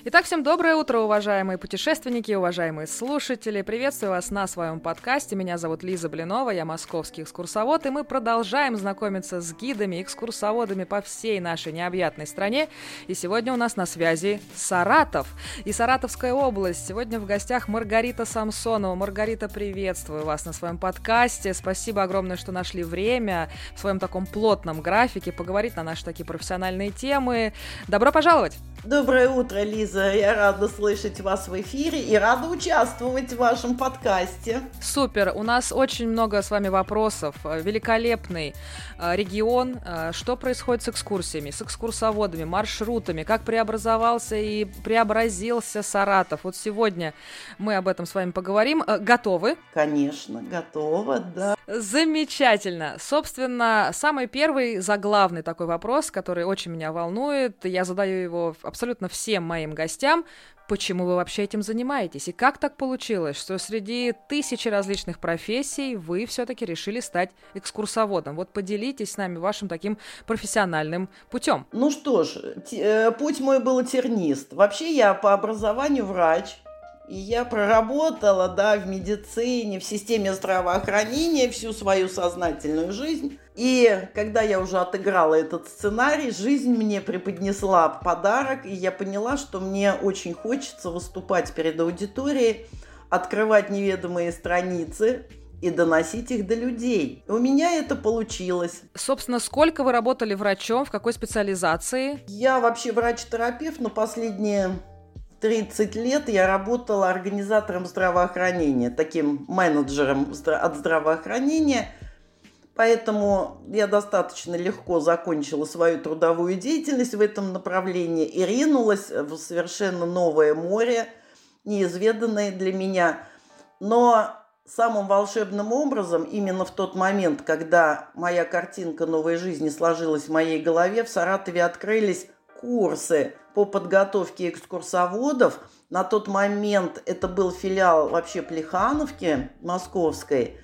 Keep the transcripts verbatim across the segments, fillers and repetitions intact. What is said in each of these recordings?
Итак, всем доброе утро, уважаемые путешественники, уважаемые слушатели. Приветствую вас на своем подкасте. Меня зовут Лиза Блинова, я московский экскурсовод, и мы продолжаем знакомиться с гидами, экскурсоводами по всей нашей необъятной стране. И сегодня у нас на связи Саратов и Саратовская область. Сегодня в гостях Маргарита Самсонова. Маргарита, приветствую вас на своем подкасте. Спасибо огромное, что нашли время в своем таком плотном графике поговорить на наши такие профессиональные темы. Добро пожаловать! Доброе утро, Лиза. Я рада слышать вас в эфире и рада участвовать в вашем подкасте. Супер. У нас очень много с вами вопросов. Великолепный регион. Что происходит с экскурсиями, с экскурсоводами, маршрутами? Как преобразовался и преобразился Саратов? Вот сегодня мы об этом с вами поговорим. Готовы? Конечно, готова, да. Замечательно. Собственно, самый первый заглавный такой вопрос, который очень меня волнует. Я задаю его абсолютно всем моим гостям. Почему вы вообще этим занимаетесь? И как так получилось, что среди тысячи различных профессий вы все-таки решили стать экскурсоводом? Вот поделитесь с нами вашим таким профессиональным путем. Ну что ж, т- путь мой был тернист. Вообще я по образованию врач. И я проработала, да, в медицине, в системе здравоохранения всю свою сознательную жизнь. И когда я уже отыграла этот сценарий, жизнь мне преподнесла подарок, и я поняла, что мне очень хочется выступать перед аудиторией, открывать неведомые страницы и доносить их до людей. И у меня это получилось. Собственно, сколько вы работали врачом, в какой специализации? Я вообще врач-терапевт, но последние тридцать лет я работала организатором здравоохранения, таким менеджером от здравоохранения, поэтому я достаточно легко закончила свою трудовую деятельность в этом направлении и ринулась в совершенно новое море, неизведанное для меня. Но самым волшебным образом, именно в тот момент, когда моя картинка новой жизни сложилась в моей голове, в Саратове открылись курсы по подготовке экскурсоводов. На тот момент это был филиал вообще Плехановки московской.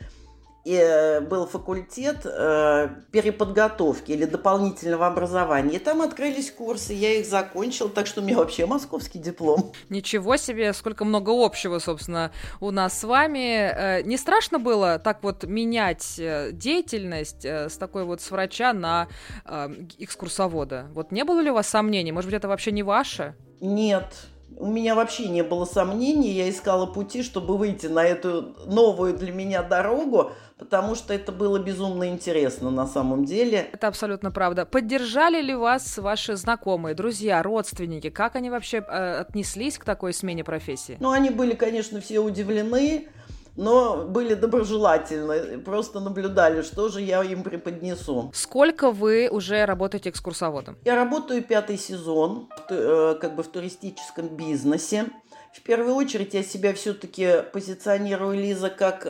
И был факультет э, переподготовки или дополнительного образования. И там открылись курсы, я их закончила, так что у меня вообще московский диплом. Ничего себе, сколько много общего, собственно, у нас с вами. Не страшно было так вот менять деятельность с такой вот с врача на э, экскурсовода? Вот не было ли у вас сомнений? Может быть, это вообще не ваше? Нет. У меня вообще не было сомнений, я искала пути, чтобы выйти на эту новую для меня дорогу, потому что это было безумно интересно на самом деле. Это абсолютно правда. Поддержали ли вас ваши знакомые, друзья, родственники? Как они вообще э, отнеслись к такой смене профессии? Ну, они были, конечно, все удивлены, но были доброжелательны, просто наблюдали, что же я им преподнесу. Сколько вы уже работаете экскурсоводом? Я работаю пятый сезон, как бы в туристическом бизнесе. В первую очередь я себя все-таки позиционирую, Лиза, как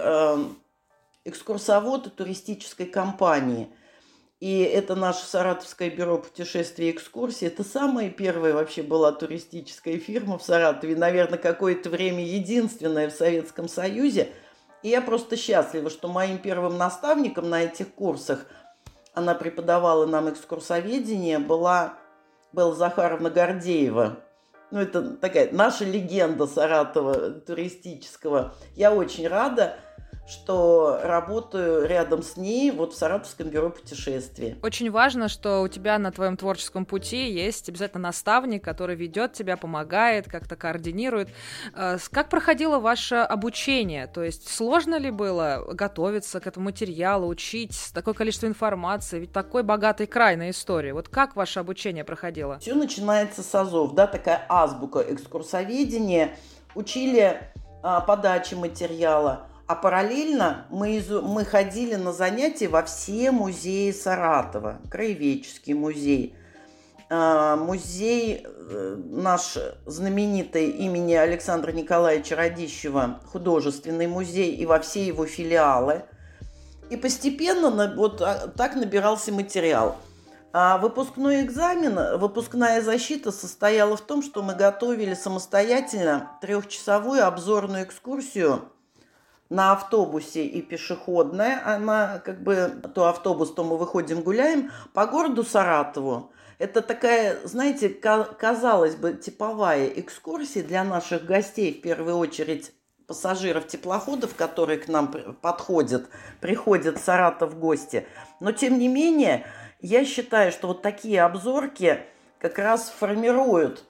экскурсовод туристической компании. И это наше Саратовское бюро путешествий и экскурсий. Это самая первая вообще была туристическая фирма в Саратове. Наверное, какое-то время единственная в Советском Союзе. И я просто счастлива, что моим первым наставником на этих курсах, она преподавала нам экскурсоведение, была Белла Захаровна Гордеева. Ну, это такая наша легенда Саратова туристического. Я очень рада, что работаю рядом с ней вот в Саратовском бюро путешествий. Очень важно, что у тебя на твоем творческом пути есть обязательно наставник, который ведет тебя, помогает, как-то координирует. Как проходило ваше обучение? То есть сложно ли было готовиться к этому материалу, учить такое количество информации? Ведь такой богатый край на истории. Вот как ваше обучение проходило? Все начинается с азов, да, такая азбука экскурсоведения. Учили а, подачи материала. А параллельно мы, изу... мы ходили на занятия во все музеи Саратова. Краеведческий музей, э, музей э, наш знаменитый имени Александра Николаевича Радищева, художественный музей и во все его филиалы. И постепенно вот так набирался материал. А выпускной экзамен, выпускная защита состояла в том, что мы готовили самостоятельно трехчасовую обзорную экскурсию на автобусе и пешеходная. Она как бы то автобус, то мы выходим гуляем по городу Саратову. Это такая, знаете, казалось бы, типовая экскурсия для наших гостей, в первую очередь пассажиров теплоходов, которые к нам подходят, приходят в Саратов в гости. Но, тем не менее, я считаю, что вот такие обзорки как раз формируют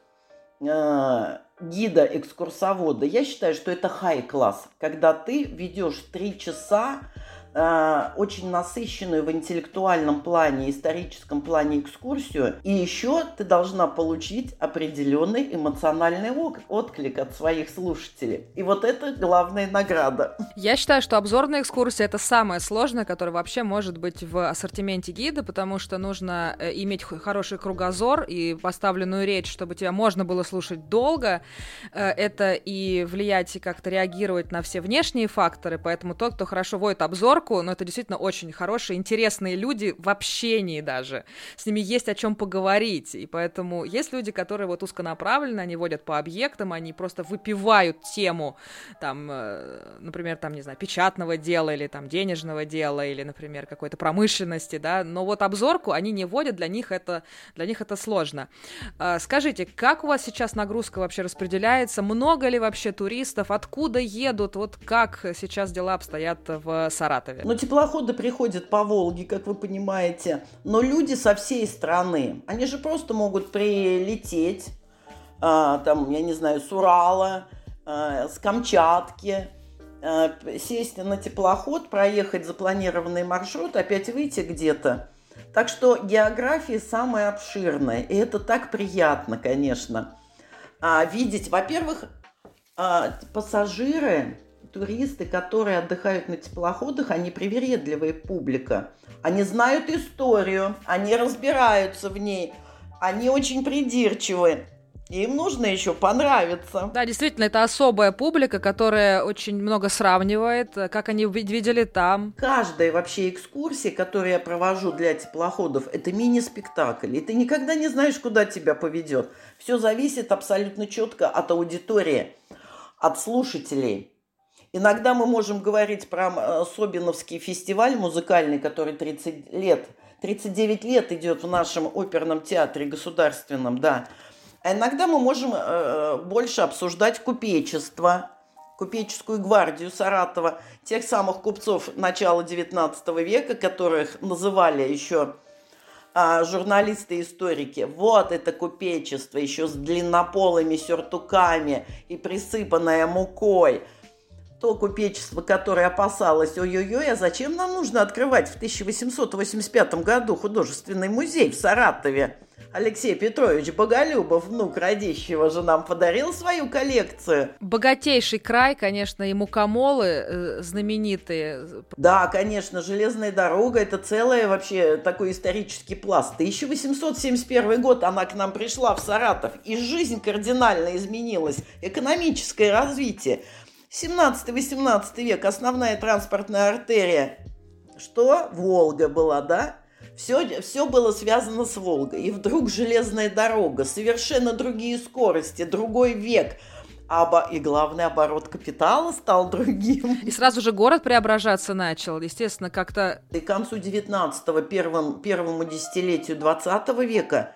э, гида-экскурсовода. Я считаю, что это хай-класс, когда ты ведешь три часа э, очень насыщенную в интеллектуальном плане, историческом плане экскурсию, и еще ты должна получить определенный эмоциональный отклик от своих слушателей. И вот это главная награда. Я считаю, что обзорная экскурсия — это самое сложное, которое вообще может быть в ассортименте гида, потому что нужно иметь хороший кругозор и поставленную речь, чтобы тебя можно было слушать долго. Это и влиять, и как-то реагировать на все внешние факторы, поэтому тот, кто хорошо водит обзорку, ну, это действительно очень хорошие, интересные люди в общении даже. С ними есть о чем поговорить, и поэтому есть люди, которые вот узконаправлены, они водят по объектам, они просто выпивают тему, там, например, там, не знаю, печатного дела или там денежного дела или, например, какой-то промышленности, да, но вот обзорку они не водят, для них это, для них это сложно. Скажите, как у вас сейчас нагрузка вообще распределяется? Много ли вообще туристов? Откуда едут? Вот как сейчас дела обстоят в Саратове? Ну, теплоходы приходят по Волге, как вы понимаете, но люди со всей страны. Они же просто могут прилететь, а, там, я не знаю, с Урала, а, с Камчатки, а, сесть на теплоход, проехать запланированный маршрут, опять выйти где-то. Так что география самая обширная, и это так приятно, конечно, а, видеть. Во-первых, а, пассажиры, туристы, которые отдыхают на теплоходах, они привередливая публика. Они знают историю, они разбираются в ней, они очень придирчивы. Им нужно еще понравиться. Да, действительно, это особая публика, которая очень много сравнивает, как они видели там. Каждая вообще экскурсия, которую я провожу для теплоходов, это мини-спектакль. И ты никогда не знаешь, куда тебя поведет. Все зависит абсолютно четко от аудитории, от слушателей. Иногда мы можем говорить про Собиновский фестиваль музыкальный, который тридцать лет, тридцать девять лет идет в нашем оперном театре государственном, да. А иногда мы можем э, больше обсуждать купечество, купеческую гвардию Саратова, тех самых купцов начала девятнадцатого века, которых называли еще э, журналисты-историки. Вот это купечество, еще с длиннополыми сюртуками и присыпанное мукой. То купечество, которое опасалось, ой-ой-ой, а зачем нам нужно открывать в тысяча восемьсот восемьдесят пятом году художественный музей в Саратове? Алексей Петрович Боголюбов, внук Радищева, же нам подарил свою коллекцию. Богатейший край, конечно, и мукомолы э, знаменитые. Да, конечно, железная дорога – это целый вообще такой исторический пласт. тысяча восемьсот семьдесят первый год она к нам пришла в Саратов, и жизнь кардинально изменилась, экономическое развитие. семнадцатый-восемнадцатый век, основная транспортная артерия, что? Волга была, да? Все, все было связано с Волгой. И вдруг железная дорога, совершенно другие скорости, другой век. А, и главный оборот капитала стал другим. И сразу же город преображаться начал, естественно, как-то... И к концу девятнадцатого, первым, первому десятилетию двадцатого века,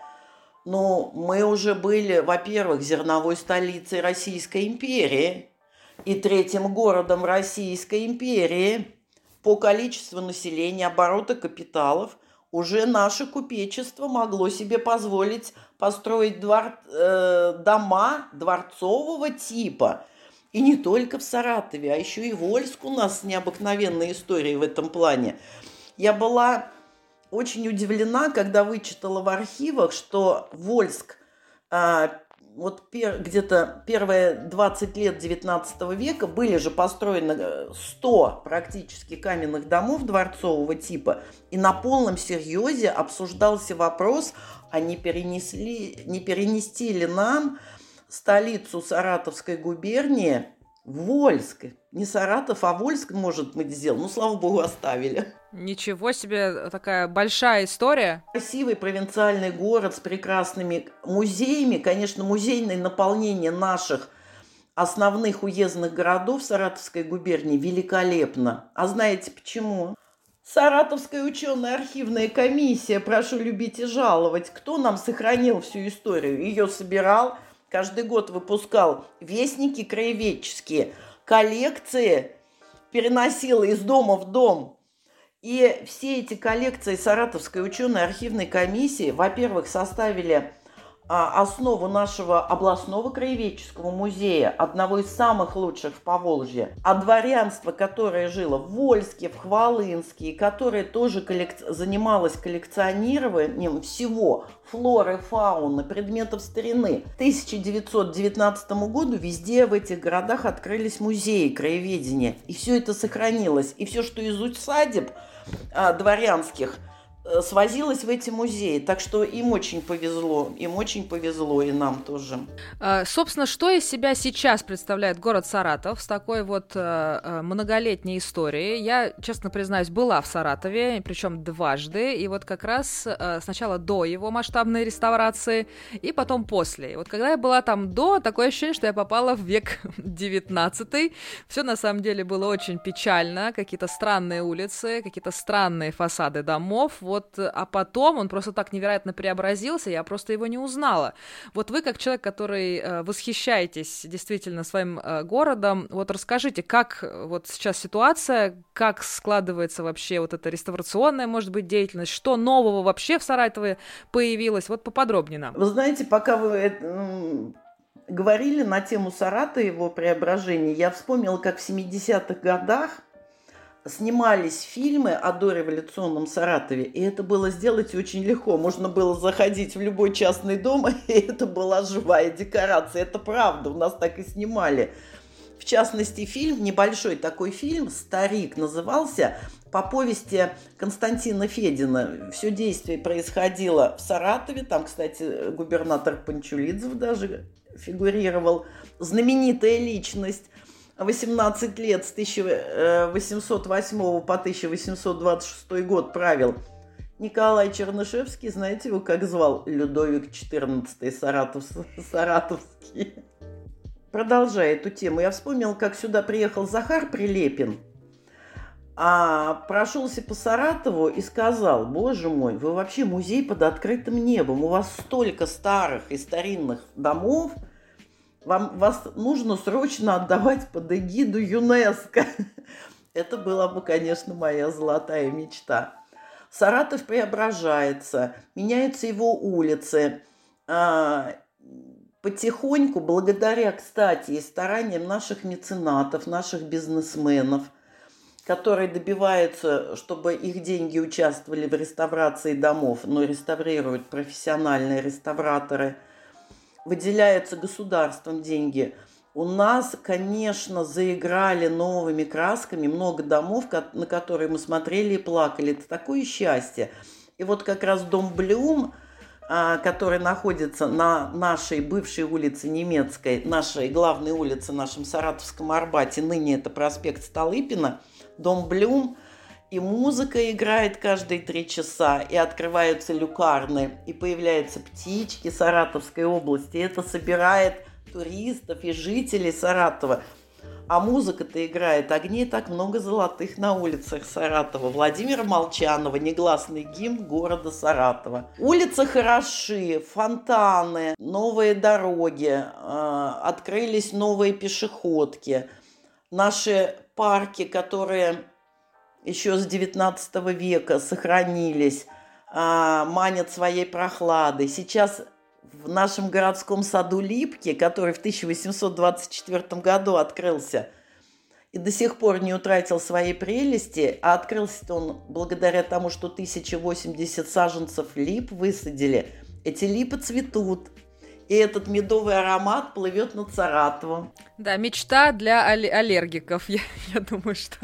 ну, мы уже были, во-первых, зерновой столицей Российской империи и третьим городом Российской империи по количеству населения, оборота капиталов. Уже наше купечество могло себе позволить построить двор, э, дома дворцового типа. И не только в Саратове, а еще и Вольск у нас необыкновенная история в этом плане. Я была очень удивлена, когда вычитала в архивах, что Вольск э, вот пер, где-то первые двадцать лет девятнадцатого века были же построены сто практически каменных домов дворцового типа, и на полном серьезе обсуждался вопрос, а не, перенесли, не перенести ли нам столицу Саратовской губернии в Вольск. Не Саратов, а Вольск, может, мы сделали. Ну, слава богу, оставили. Ничего себе, такая большая история. Красивый провинциальный город с прекрасными музеями. Конечно, музейное наполнение наших основных уездных городов Саратовской губернии великолепно. А знаете почему? Саратовская ученая архивная комиссия, прошу любить и жаловать. Кто нам сохранил всю историю? Ее собирал, каждый год выпускал вестники краеведческие, коллекции переносила из дома в дом. И все эти коллекции Саратовской ученой архивной комиссии, во-первых, составили а, основу нашего областного краеведческого музея, одного из самых лучших в Поволжье. А дворянство, которое жило в Вольске, в Хвалынске, и которое тоже коллек... занималось коллекционированием всего флоры, фауны, предметов старины. К тысяча девятьсот девятнадцатому году везде в этих городах открылись музеи краеведения. И все это сохранилось. И все, что из усадеб а, дворянских, свозилась в эти музеи. Так что им очень повезло. Им очень повезло, и нам тоже. А, собственно, что из себя сейчас представляет город Саратов с такой вот а, многолетней историей? Я, честно признаюсь, была в Саратове, причем дважды. И вот как раз а, сначала до его масштабной реставрации, и потом после. И вот когда я была там до, такое ощущение, что я попала в век девятнадцатый. Все на самом деле было очень печально. Какие-то странные улицы, какие-то странные фасады домов. Вот, а потом он просто так невероятно преобразился, я просто его не узнала. Вот вы, как человек, который э, восхищаетесь действительно своим э, городом, вот расскажите, как вот сейчас ситуация, как складывается вообще вот эта реставрационная, может быть, деятельность, что нового вообще в Саратове появилось, вот поподробнее нам. Вы знаете, пока вы э, говорили на тему Саратова и его преображения, я вспомнила, как в семидесятых годах снимались фильмы о дореволюционном Саратове, и это было сделать очень легко. Можно было заходить в любой частный дом, и это была живая декорация. Это правда, у нас так и снимали. В частности, фильм, небольшой такой фильм, «Старик» назывался, по повести Константина Федина. Все действие происходило в Саратове, там, кстати, губернатор Панчулидзев даже фигурировал, знаменитая личность. восемнадцать лет с тысяча восемьсот восьмого по тысяча восемьсот двадцать шестой год правил Николай Чернышевский, знаете его как звал? Людовик четырнадцатый, Саратов, Саратовский. Продолжая эту тему, я вспомнила, как сюда приехал Захар Прилепин, а прошелся по Саратову и сказал: боже мой, вы вообще музей под открытым небом, у вас столько старых и старинных домов, Вам, вас нужно срочно отдавать под эгиду ЮНЕСКО. Это была бы, конечно, моя золотая мечта. Саратов преображается, меняются его улицы. Потихоньку, благодаря, кстати, и стараниям наших меценатов, наших бизнесменов, которые добиваются, чтобы их деньги участвовали в реставрации домов, но реставрируют профессиональные реставраторы, выделяются государством деньги. У нас, конечно, заиграли новыми красками много домов, на которые мы смотрели и плакали. Это такое счастье. И вот как раз дом Блюм, который находится на нашей бывшей улице Немецкой, нашей главной улице, нашем Саратовском Арбате, ныне это проспект Столыпина, дом Блюм, и музыка играет каждые три часа, и открываются люкарны, и появляются птички Саратовской области. И это собирает туристов и жителей Саратова. А музыка-то играет, огней так много золотых на улицах Саратова. Владимира Молчанова, негласный гимн города Саратова. Улицы хороши, фонтаны, новые дороги, э, открылись новые пешеходки. Наши парки, которые еще с девятнадцатого века сохранились, а, манят своей прохладой. Сейчас в нашем городском саду Липки, который в тысяча восемьсот двадцать четвёртом году открылся и до сих пор не утратил своей прелести, а открылся он благодаря тому, что тысяча восемьдесят саженцев лип высадили. Эти липы цветут. И этот медовый аромат плывет над Саратовом. Да, мечта для аллергиков, я, я думаю, что...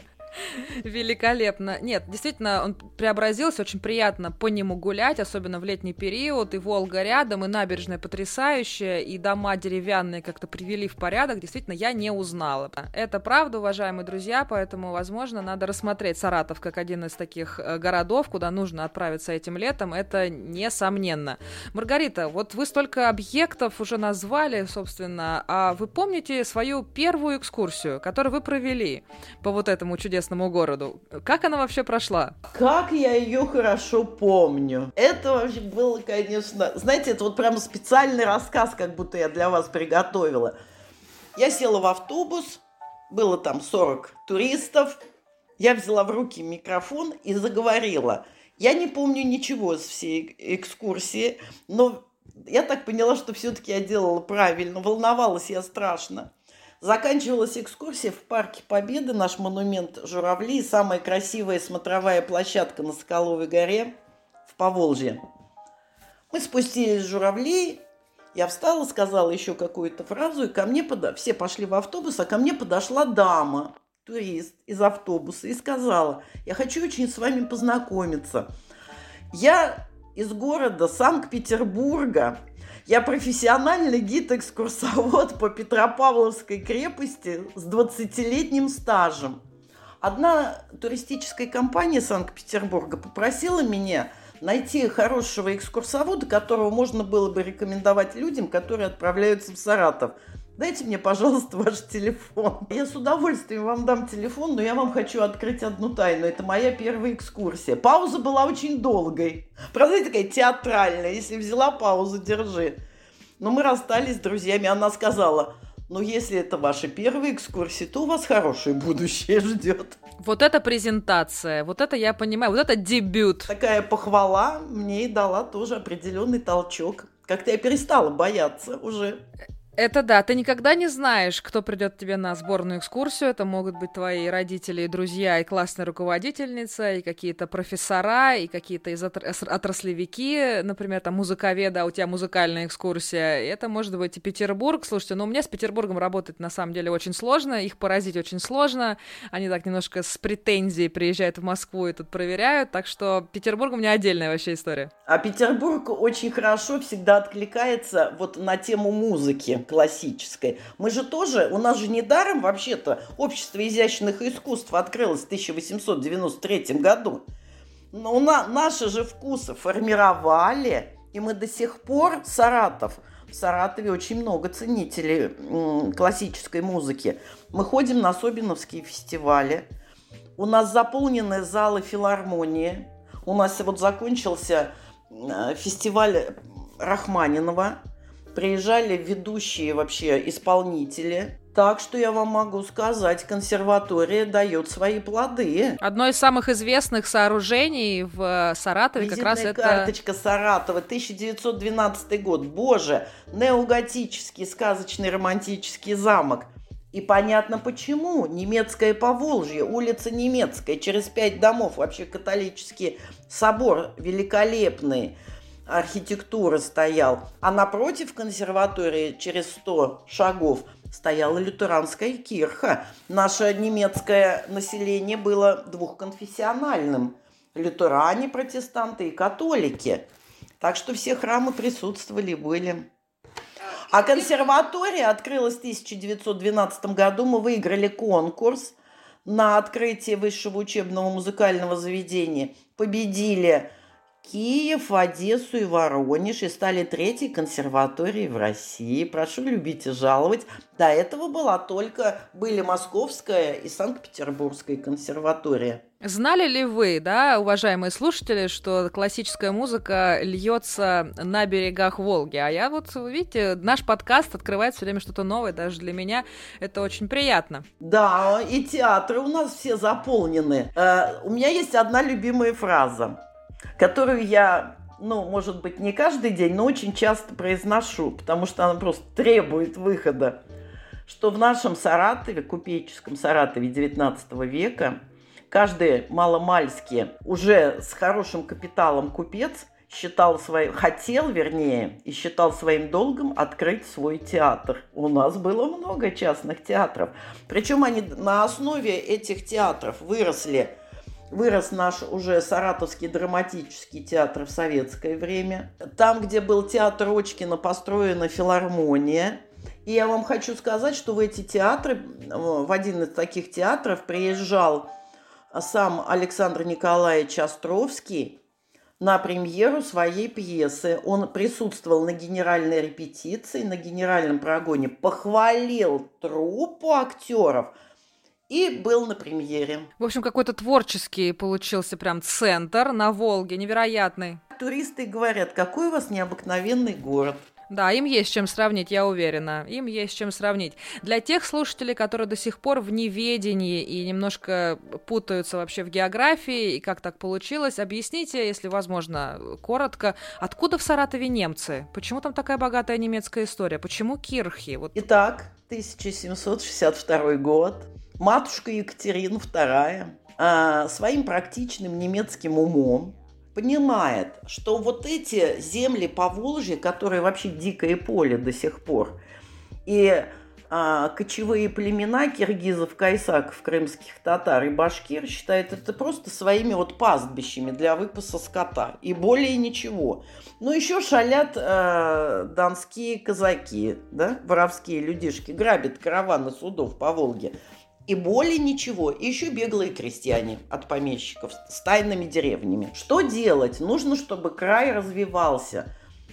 Великолепно. Нет, действительно, он преобразился, очень приятно по нему гулять, особенно в летний период, и Волга рядом, и набережная потрясающая, и дома деревянные как-то привели в порядок, действительно, я не узнала. Это правда, уважаемые друзья, поэтому, возможно, надо рассмотреть Саратов как один из таких городов, куда нужно отправиться этим летом, это несомненно. Маргарита, вот вы столько объектов уже назвали, собственно, а вы помните свою первую экскурсию, которую вы провели по вот этому чудесному известному городу. Как она вообще прошла? Как я ее хорошо помню. Это вообще было, конечно... Знаете, это вот прям специальный рассказ, как будто я для вас приготовила. Я села в автобус, было там сорок туристов. Я взяла в руки микрофон и заговорила. Я не помню ничего с всей экскурсии, но я так поняла, что все-таки я делала правильно. Волновалась я страшно. Заканчивалась экскурсия в парке Победы, наш монумент Журавли, самая красивая смотровая площадка на Соколовой горе в Поволжье. Мы спустились с Журавлей, я встала, сказала еще какую-то фразу, и ко мне под... все пошли в автобус, а ко мне подошла дама, турист из автобуса, и сказала: я хочу очень с вами познакомиться. Я из города Санкт-Петербурга. Я профессиональный гид-экскурсовод по Петропавловской крепости с двадцатилетним стажем. Одна туристическая компания Санкт-Петербурга попросила меня найти хорошего экскурсовода, которого можно было бы рекомендовать людям, которые отправляются в Саратов. Дайте мне, пожалуйста, ваш телефон. Я с удовольствием вам дам телефон, но я вам хочу открыть одну тайну. Это моя первая экскурсия. Пауза была очень долгой. Правда, такая театральная. Если взяла паузу, держи. Но мы расстались с друзьями. Она сказала: ну, если это ваша первая экскурсия, то у вас хорошее будущее ждет. Вот это презентация, вот это я понимаю, вот это дебют. Такая похвала мне и дала тоже определенный толчок. Как-то я перестала бояться уже. Это да, ты никогда не знаешь, кто придет к тебе на сборную экскурсию. Это могут быть твои родители и друзья, и классная руководительница, и какие-то профессора, и какие-то из отр- отраслевики, например, там музыковеды, а у тебя музыкальная экскурсия. И это может быть и Петербург. Слушайте, ну у меня с Петербургом работать на самом деле очень сложно, их поразить очень сложно. Они так немножко с претензией приезжают в Москву и тут проверяют, так что Петербург у меня отдельная вообще история. А Петербург очень хорошо всегда откликается вот на тему музыки классической. Мы же тоже, у нас же недаром вообще-то Общество изящных искусств открылось в тысяча восемьсот девяносто третьем году. Но на, наши же вкусы формировали, и мы до сих пор, Саратов, в Саратове очень много ценителей м, классической музыки. Мы ходим на Собиновские фестивали, у нас заполнены залы филармонии, у нас вот закончился фестиваль Рахманинова, приезжали ведущие вообще исполнители. Так что я вам могу сказать, консерватория дает свои плоды. Одно из самых известных сооружений в Саратове Визитная как раз это... карточка Саратова, тысяча девятьсот двенадцатый год. Боже, неоготический сказочный романтический замок. И понятно почему. Немецкое Поволжье, улица Немецкая, через пять домов, вообще католический собор великолепный. Архитектура стоял. А напротив консерватории, через сто шагов, стояла лютеранская кирха. Наше немецкое население было двухконфессиональным. Лютеране, протестанты и католики. Так что все храмы присутствовали, были. А консерватория открылась в тысяча девятьсот двенадцатом году. Мы выиграли конкурс на открытие высшего учебного музыкального заведения. Победили Киев, Одессу и Воронеж и стали третьей консерваторией в России. Прошу любить и жаловать. До этого была только, были Московская и Санкт-Петербургская консерватория. Знали ли вы, да, уважаемые слушатели, что классическая музыка льется на берегах Волги? А я вот, видите, наш подкаст открывает все время что-то новое, даже для меня это очень приятно. Да, и театры у нас все заполнены. Э, у меня есть одна любимая фраза, которую я, ну, может быть, не каждый день, но очень часто произношу, потому что она просто требует выхода, что в нашем Саратове, купеческом Саратове девятнадцатого века, каждый маломальски уже с хорошим капиталом купец считал своим, хотел, вернее, и считал своим долгом открыть свой театр. У нас было много частных театров. Причем они на основе этих театров выросли. Вырос наш уже Саратовский драматический театр в советское время. Там, где был театр Очкина, построена филармония. И я вам хочу сказать, что в эти театры, в один из таких театров приезжал сам Александр Николаевич Островский на премьеру своей пьесы. Он присутствовал на генеральной репетиции, на генеральном прогоне, похвалил труппу актеров и был на премьере. В общем, какой-то творческий получился прям центр на Волге, невероятный. Туристы говорят, какой у вас необыкновенный город. Да, им есть с чем сравнить, я уверена. Им есть с чем сравнить. Для тех слушателей, которые до сих пор в неведении и немножко путаются вообще в географии, и как так получилось, объясните, если возможно, коротко, откуда в Саратове немцы? Почему там такая богатая немецкая история? Почему кирхи? Вот. Итак, тысяча семьсот шестьдесят второй год. Матушка Екатерина вторая а, своим практичным немецким умом понимает, что вот эти земли Поволжья, которые вообще дикое поле до сих пор, и а, кочевые племена киргизов, кайсаков, крымских татар и башкир считают это просто своими вот пастбищами для выпаса скота. И более ничего. Ну, еще шалят э, донские казаки, да, воровские людишки, грабят караваны судов по Волге. И более ничего. И еще беглые крестьяне от помещиков с тайными деревнями. Что делать? Нужно, чтобы край развивался.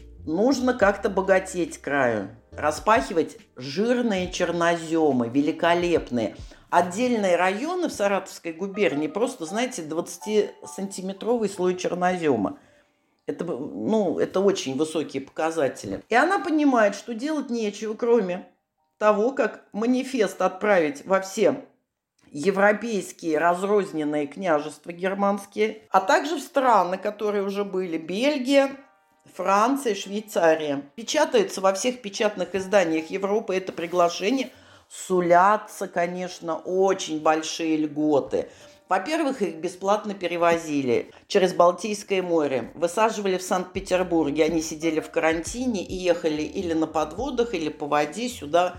Нужно как-то богатеть краю. Распахивать жирные черноземы, великолепные. Отдельные районы в Саратовской губернии просто, знаете, двадцатисантиметровый слой чернозема. Это, ну, это очень высокие показатели. И она понимает, что делать нечего, кроме того, как манифест отправить во все европейские разрозненные княжества германские, а также в страны, которые уже были: Бельгия, Франция, Швейцария. Печатается во всех печатных изданиях Европы это приглашение. Сулятся, конечно, очень большие льготы. Во-первых, их бесплатно перевозили через Балтийское море. Высаживали в Санкт-Петербурге. Они сидели в карантине и ехали или на подводах, или по воде сюда,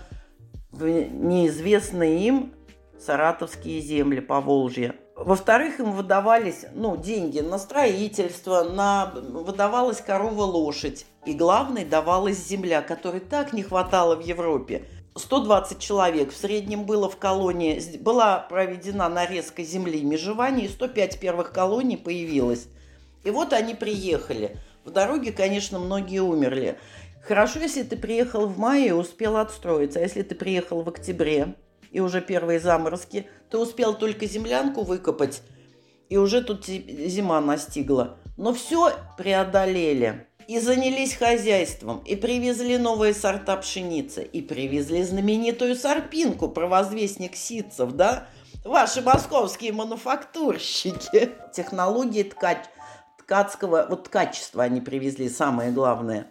в неизвестные им саратовские земли Поволжья. Во-вторых, им выдавались ну, деньги на строительство, на... выдавалась корова-лошадь. И главное, давалась земля, которой так не хватало в Европе. сто двадцать человек в среднем было в колонии, была проведена нарезка земли межевания, и сто пять первых колоний появилось. И вот они приехали. В дороге, конечно, многие умерли. Хорошо, если ты приехал в мае и успел отстроиться, а если ты приехал в октябре, и уже первые заморозки, ты успел только землянку выкопать, и уже тут зима настигла. Но все преодолели. И занялись хозяйством, и привезли новые сорта пшеницы, и привезли знаменитую сорпинку, провозвестник ситцев, да? Ваши московские мануфактурщики. Технологии ткач, ткацкого, вот качества они привезли, самое главное.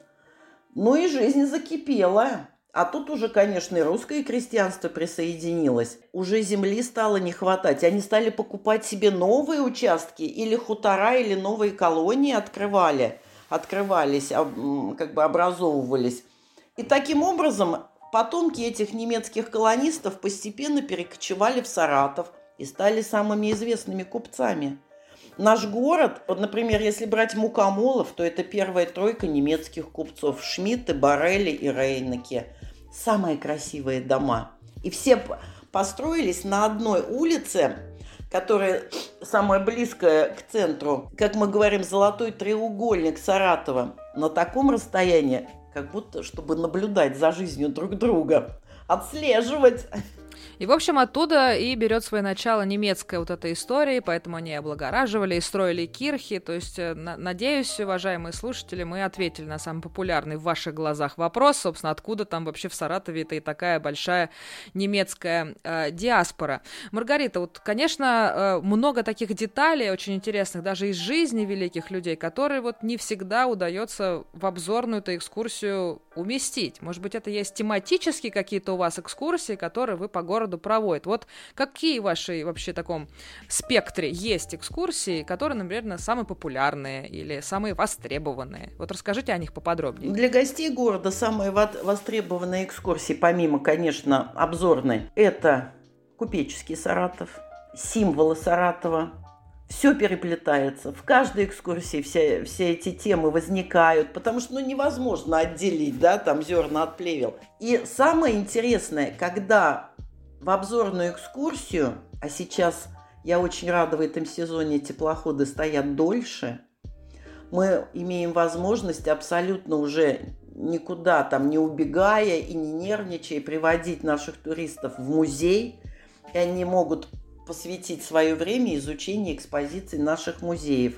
Ну и жизнь закипела. А тут уже, конечно, и русское крестьянство присоединилось. Уже земли стало не хватать. Они стали покупать себе новые участки, или хутора, или новые колонии открывали. открывались, как бы образовывались. И таким образом потомки этих немецких колонистов постепенно перекочевали в Саратов и стали самыми известными купцами. Наш город, вот, например, если брать Мукомолов, то это первая тройка немецких купцов: Шмидты, Борелли и Рейнеке. Самые красивые дома. И все построились на одной улице, которая самая близкая к центру, как мы говорим, золотой треугольник Саратова, на таком расстоянии, как будто чтобы наблюдать за жизнью друг друга, отслеживать. И, в общем, оттуда и берет свое начало немецкая вот эта история, поэтому они облагораживали и строили кирхи. То есть, на- надеюсь, уважаемые слушатели, мы ответили на самый популярный в ваших глазах вопрос, собственно, откуда там вообще в Саратове-то и такая большая немецкая э, диаспора. Маргарита, вот, конечно, э, много таких деталей очень интересных, даже из жизни великих людей, которые вот не всегда удается в обзорную-то экскурсию уместить. Может быть, это есть тематические какие-то у вас экскурсии, которые вы по городу проводит. Вот какие в вашей вообще таком спектре есть экскурсии, которые, например, самые популярные или самые востребованные? Вот расскажите о них поподробнее. Для гостей города самые востребованные экскурсии, помимо, конечно, обзорной, это купеческий Саратов, символы Саратова. Все переплетается. В каждой экскурсии все, все эти темы возникают, потому что ну, невозможно отделить, да, там зерна от плевел. И самое интересное, когда в обзорную экскурсию, а сейчас я очень рада, в этом сезоне теплоходы стоят дольше, мы имеем возможность абсолютно уже никуда там не убегая и не нервничая приводить наших туристов в музей, и они могут посвятить свое время изучению экспозиций наших музеев.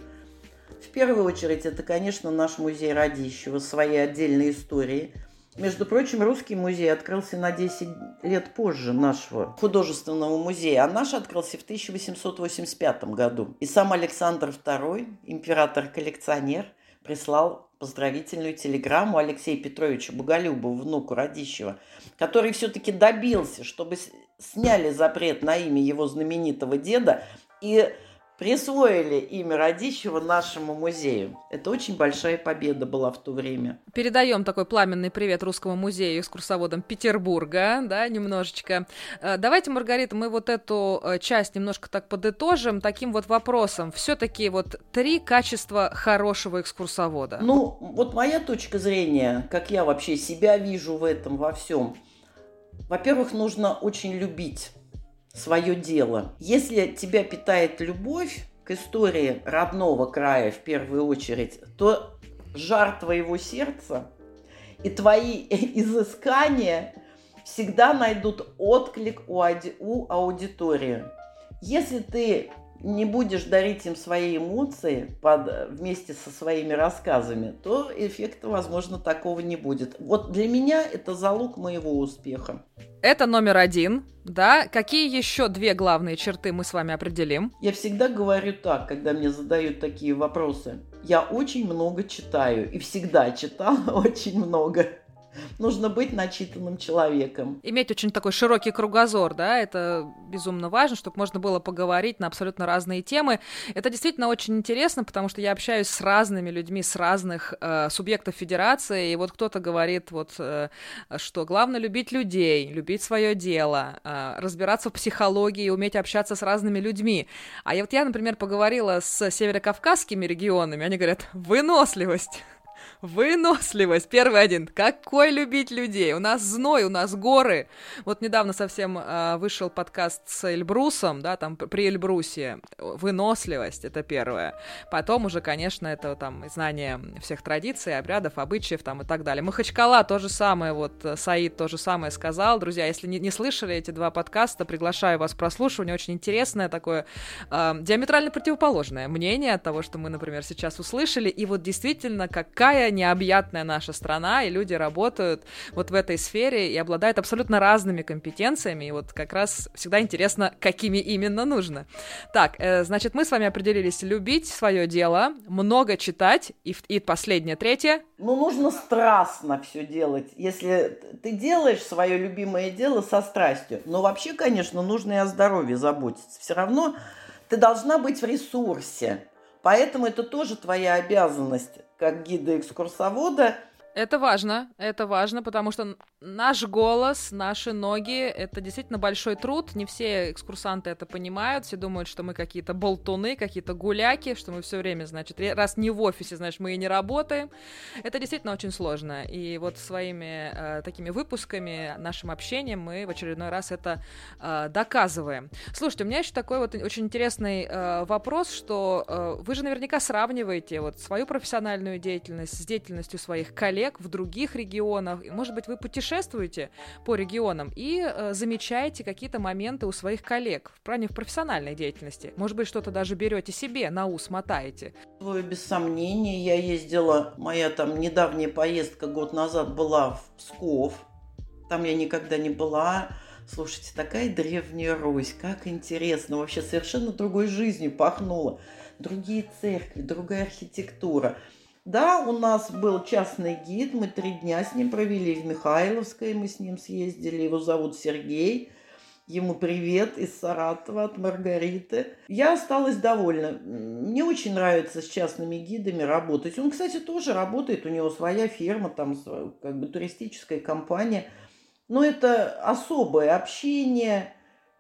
В первую очередь, это, конечно, наш музей Радищева, своей отдельной истории. Между прочим, русский музей открылся на десять лет позже нашего художественного музея, а наш открылся в тысяча восемьсот восемьдесят пятом году. И сам Александр второй, император-коллекционер, прислал поздравительную телеграмму Алексею Петровичу Боголюбову, внуку Радищева, который все-таки добился, чтобы сняли запрет на имя его знаменитого деда и присвоили имя Радищева нашему музею. Это очень большая победа была в то время. Передаем такой пламенный привет Русскому музею и экскурсоводам Петербурга, да, немножечко. Давайте, Маргарита, мы вот эту часть немножко так подытожим таким вот вопросом. Все-таки вот три качества хорошего экскурсовода. Ну, вот моя точка зрения, как я вообще себя вижу в этом во всем. Во-первых, нужно очень любить свое дело. Если тебя питает любовь к истории родного края в первую очередь, то жар твоего сердца и твои изыскания всегда найдут отклик у, ауди- у аудитории. Если ты не будешь дарить им свои эмоции под, вместе со своими рассказами, то эффекта, возможно, такого не будет. Вот для меня это залог моего успеха. Это номер один, да? Какие еще две главные черты мы с вами определим? Я всегда говорю так, когда мне задают такие вопросы. Я очень много читаю и всегда читала очень много. Нужно быть начитанным человеком. Иметь очень такой широкий кругозор, да, это безумно важно, чтобы можно было поговорить на абсолютно разные темы. Это действительно очень интересно, потому что я общаюсь с разными людьми, с разных э, субъектов федерации, и вот кто-то говорит, вот, э, что главное любить людей, любить свое дело, э, разбираться в психологии, уметь общаться с разными людьми. А я, вот я, например, поговорила с северокавказскими регионами, они говорят, выносливость. Выносливость, первый один. Какой любить людей? У нас зной, у нас горы. Вот недавно совсем э, вышел подкаст с Эльбрусом, да, там при Эльбрусе. Выносливость, это первое. Потом уже, конечно, это там знание всех традиций, обрядов, обычаев там и так далее. Махачкала то же самое, вот Саид то же самое сказал. Друзья, если не, не слышали эти два подкаста, приглашаю вас к прослушиванию. Очень интересное такое, э, диаметрально противоположное мнение от того, что мы, например, сейчас услышали. И вот действительно, какая необъятная наша страна, и люди работают вот в этой сфере и обладают абсолютно разными компетенциями, и вот как раз всегда интересно, какими именно нужно. Так, э, значит, мы с вами определились любить свое дело, много читать, и, и последнее, третье. Ну, нужно страстно все делать, если ты делаешь свое любимое дело со страстью. Но вообще, конечно, нужно и о здоровье заботиться. Все равно ты должна быть в ресурсе, поэтому это тоже твоя обязанность как гида-экскурсовода. Это важно, это важно, потому что наш голос, наши ноги — это действительно большой труд. Не все экскурсанты это понимают, все думают, что мы какие-то болтуны, какие-то гуляки, что мы все время, значит, раз не в офисе, значит, мы и не работаем. Это действительно очень сложно. И вот своими э, такими выпусками, нашим общением мы в очередной раз это э, доказываем. Слушайте, у меня еще такой вот очень интересный э, вопрос, что э, вы же наверняка сравниваете вот свою профессиональную деятельность с деятельностью своих коллег в других регионах. Может быть, вы путешествуете по регионам и э, замечаете какие-то моменты у своих коллег в плане в профессиональной деятельности. Может быть, что-то даже берете себе, на ус мотаете. Без сомнения, я ездила, моя там недавняя поездка год назад была в Псков. Там я никогда не была. Слушайте, такая древняя Русь, как интересно. Вообще совершенно другой жизнью пахнуло. Другие церкви, другая архитектура. Да, у нас был частный гид, мы три дня с ним провели в Михайловское, мы с ним съездили, его зовут Сергей, ему привет из Саратова от Маргариты. Я осталась довольна, мне очень нравится с частными гидами работать. Он, кстати, тоже работает, у него своя фирма, там как бы туристическая компания, но это особое общение,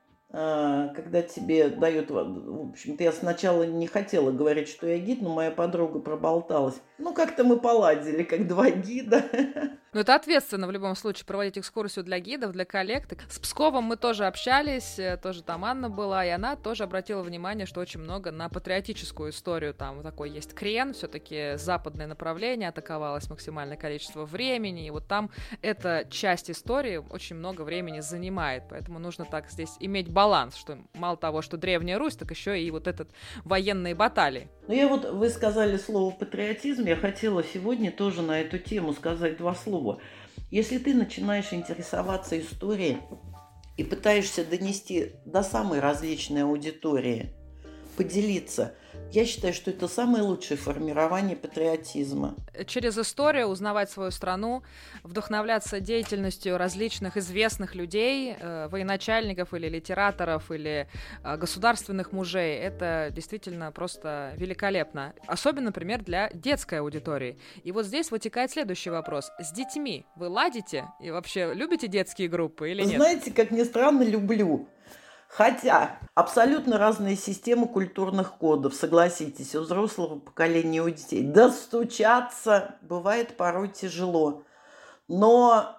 когда тебе дают, в общем-то, я сначала не хотела говорить, что я гид, но моя подруга проболталась. Ну, как-то мы поладили, как два гида. Ну, это ответственно в любом случае проводить экскурсию для гидов, для коллег. С Псковом мы тоже общались, тоже там Анна была, и она тоже обратила внимание, что очень много на патриотическую историю. Там такой есть крен, все-таки западное направление, атаковалось максимальное количество времени, и вот там эта часть истории очень много времени занимает, поэтому нужно так здесь иметь баланс, что мало того, что Древняя Русь, так еще и вот этот военные баталии. Ну, я вот, вы сказали слово патриотизм, я хотела сегодня тоже на эту тему сказать два слова. Если ты начинаешь интересоваться историей и пытаешься донести до самой различной аудитории, поделиться, я считаю, что это самое лучшее формирование патриотизма. Через историю узнавать свою страну, вдохновляться деятельностью различных известных людей, э, военачальников или литераторов, или э, государственных мужей, это действительно просто великолепно. Особенно, например, для детской аудитории. И вот здесь вытекает следующий вопрос. С детьми вы ладите? И вообще любите детские группы или нет? Знаете, как ни странно, люблю. Хотя абсолютно разные системы культурных кодов, согласитесь, у взрослого поколения и у детей. Достучаться бывает порой тяжело. Но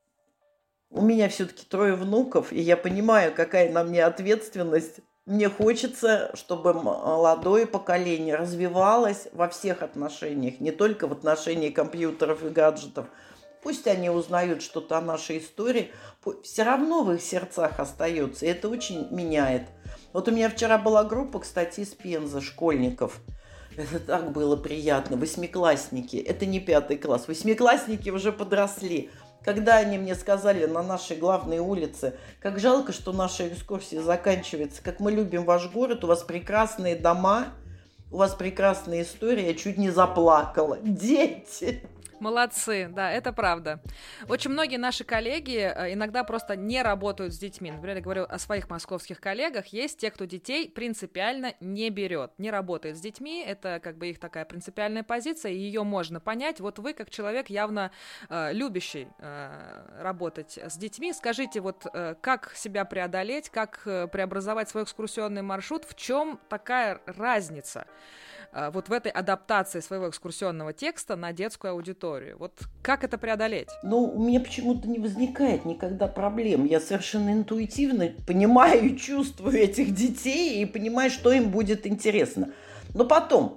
у меня все-таки трое внуков, и я понимаю, какая на мне ответственность. Мне хочется, чтобы молодое поколение развивалось во всех отношениях, не только в отношении компьютеров и гаджетов. Пусть они узнают что-то о нашей истории, все равно в их сердцах остается, и это очень меняет. Вот у меня вчера была группа, кстати, из Пензы, школьников. Это так было приятно. Восьмиклассники, это не пятый класс, восьмиклассники уже подросли. Когда они мне сказали на нашей главной улице, как жалко, что наша экскурсия заканчивается, как мы любим ваш город, у вас прекрасные дома, у вас прекрасная история, я чуть не заплакала. Дети! Молодцы, да, это правда. Очень многие наши коллеги иногда просто не работают с детьми. Например, я говорю о своих московских коллегах. Есть те, кто детей принципиально не берет, не работает с детьми. Это как бы их такая принципиальная позиция, и ее можно понять. Вот вы, как человек, явно э, любящий э, работать с детьми, скажите, вот э, как себя преодолеть, как э, преобразовать свой экскурсионный маршрут, в чем такая разница вот в этой адаптации своего экскурсионного текста на детскую аудиторию? Вот как это преодолеть? Ну, у меня почему-то не возникает никогда проблем. Я совершенно интуитивно понимаю и чувствую этих детей и понимаю, что им будет интересно. Но потом,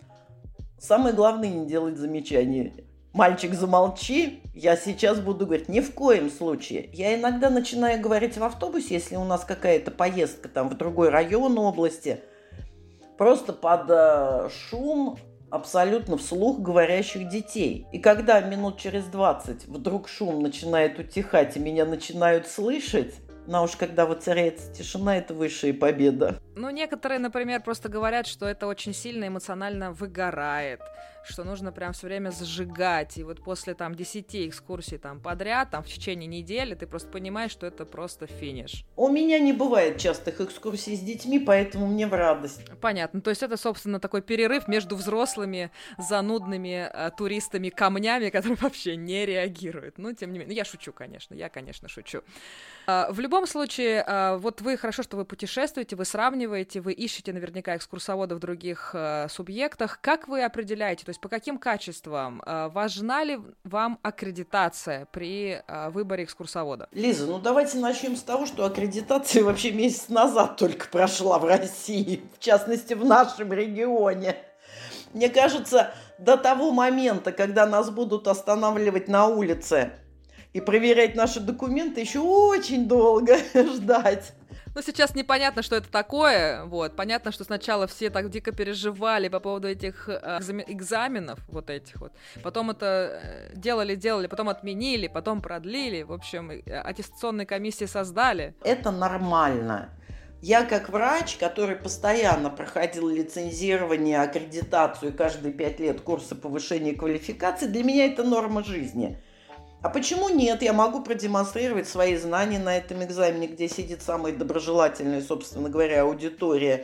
самое главное не делать замечания. Мальчик, замолчи, я сейчас буду говорить. Ни в коем случае. Я иногда начинаю говорить в автобусе, если у нас какая-то поездка там в другой район области, просто под э, шум абсолютно вслух говорящих детей. И когда минут через двадцать вдруг шум начинает утихать и меня начинают слышать, но уж когда воцаряется тишина, это высшая победа. Ну, некоторые, например, просто говорят, что это очень сильно эмоционально выгорает, что нужно прям все время зажигать, и вот после там десяти экскурсий там подряд, там в течение недели, ты просто понимаешь, что это просто финиш. У меня не бывает частых экскурсий с детьми, поэтому мне в радость. Понятно, то есть это, собственно, такой перерыв между взрослыми, занудными э, туристами, камнями, которые вообще не реагируют. Ну, тем не менее, я шучу, конечно, я, конечно, шучу. Э, в любом случае, э, вот вы, хорошо, что вы путешествуете, вы сравниваете, вы ищете наверняка экскурсоводов в других э, субъектах. Как вы определяете, то есть по каким качествам? Э, важна ли вам аккредитация при э, выборе экскурсовода? Лиза, ну давайте начнем с того, что аккредитация вообще месяц назад только прошла в России, в частности в нашем регионе. Мне кажется, до того момента, когда нас будут останавливать на улице и проверять наши документы, еще очень долго ждать. Ну, сейчас непонятно, что это такое, вот, понятно, что сначала все так дико переживали по поводу этих э, экзаменов, вот этих вот, потом это делали-делали, потом отменили, потом продлили, в общем, аттестационные комиссии создали. Это нормально. Я как врач, который постоянно проходил лицензирование, аккредитацию каждые пять лет курсы повышения квалификации, для меня это норма жизни. А почему нет? Я могу продемонстрировать свои знания на этом экзамене, где сидит самая доброжелательная, собственно говоря, аудитория.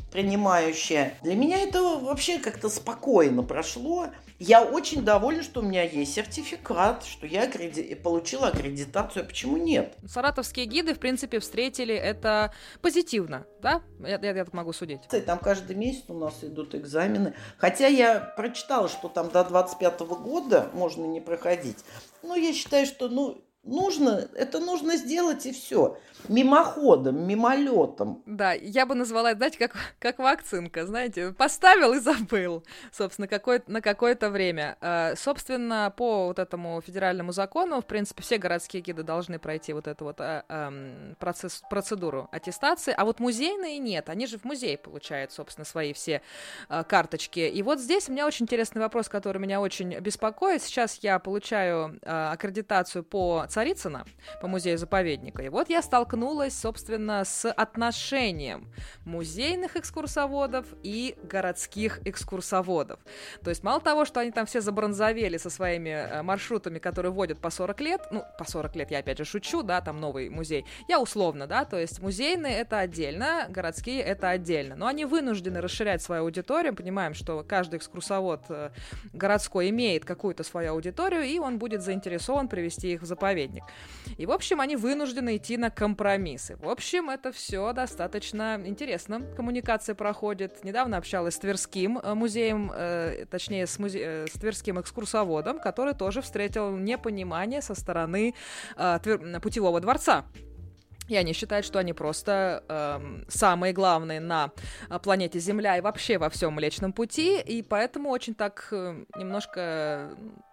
принимающая. Для меня это вообще как-то спокойно прошло. Я очень довольна, что у меня есть сертификат, что я аккреди... получила аккредитацию. Почему нет? Саратовские гиды, в принципе, встретили это позитивно, да? Я, я, я так могу судить. Там каждый месяц у нас идут экзамены. Хотя я прочитала, что там до двадцать пятого года можно не проходить. Но я считаю, что ну, нужно, это нужно сделать и все. Мимоходом, мимолетом. Да, я бы назвала это, знаете, как, как вакцинка, знаете, поставил и забыл, собственно, какое, на какое-то время. Uh, собственно, по вот этому федеральному закону, в принципе, все городские гиды должны пройти вот эту вот uh, um, процесс, процедуру аттестации, а вот музейные нет, они же в музей получают, собственно, свои все uh, карточки. И вот здесь у меня очень интересный вопрос, который меня очень беспокоит. Сейчас я получаю uh, аккредитацию по Царицыно, по музею-заповеднику, и вот я столкнулась собственно, с отношением музейных экскурсоводов и городских экскурсоводов. То есть мало того, что они там все забронзовели со своими маршрутами, которые водят по сорок лет, ну, по сорок лет я опять же шучу, да, там новый музей, я условно, да, то есть музейные это отдельно, городские это отдельно, но они вынуждены расширять свою аудиторию, понимаем, что каждый экскурсовод городской имеет какую-то свою аудиторию, и он будет заинтересован привести их в заповедник. И, в общем, они вынуждены идти на компромисс. В общем, это все достаточно интересно. Коммуникация проходит. Недавно общалась с Тверским музеем, э, точнее, с, музе... э, с Тверским экскурсоводом, который тоже встретил непонимание со стороны э, твер... Путевого дворца. И они считают, что они просто э, самые главные на планете Земля и вообще во всем Млечном Пути, и поэтому очень так э, немножко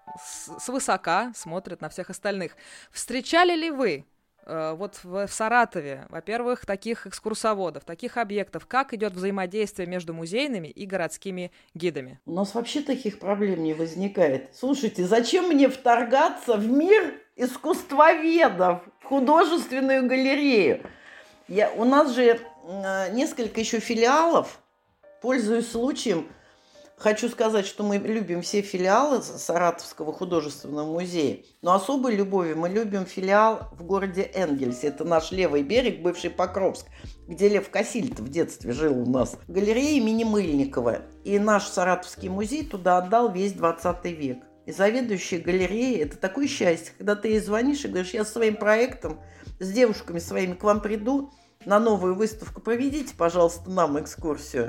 свысока смотрят на всех остальных. Встречали ли вы вот в, в Саратове, во-первых, таких экскурсоводов, таких объектов, как идет взаимодействие между музейными и городскими гидами? У нас вообще таких проблем не возникает. Слушайте, зачем мне вторгаться в мир искусствоведов, в художественную галерею? Я, у нас же э, несколько еще филиалов. Пользуясь случаем, хочу сказать, что мы любим все филиалы Саратовского художественного музея, но особой любовью мы любим филиал в городе Энгельсе. Это наш левый берег, бывший Покровск, где Лев Кассиль в детстве жил у нас. Галерея имени Мыльникова. И наш Саратовский музей туда отдал весь двадцатый век. И заведующая галереей – это такое счастье, когда ты ей звонишь и говоришь: я со своим проектом, с девушками своими к вам приду на новую выставку, проведите, пожалуйста, нам экскурсию.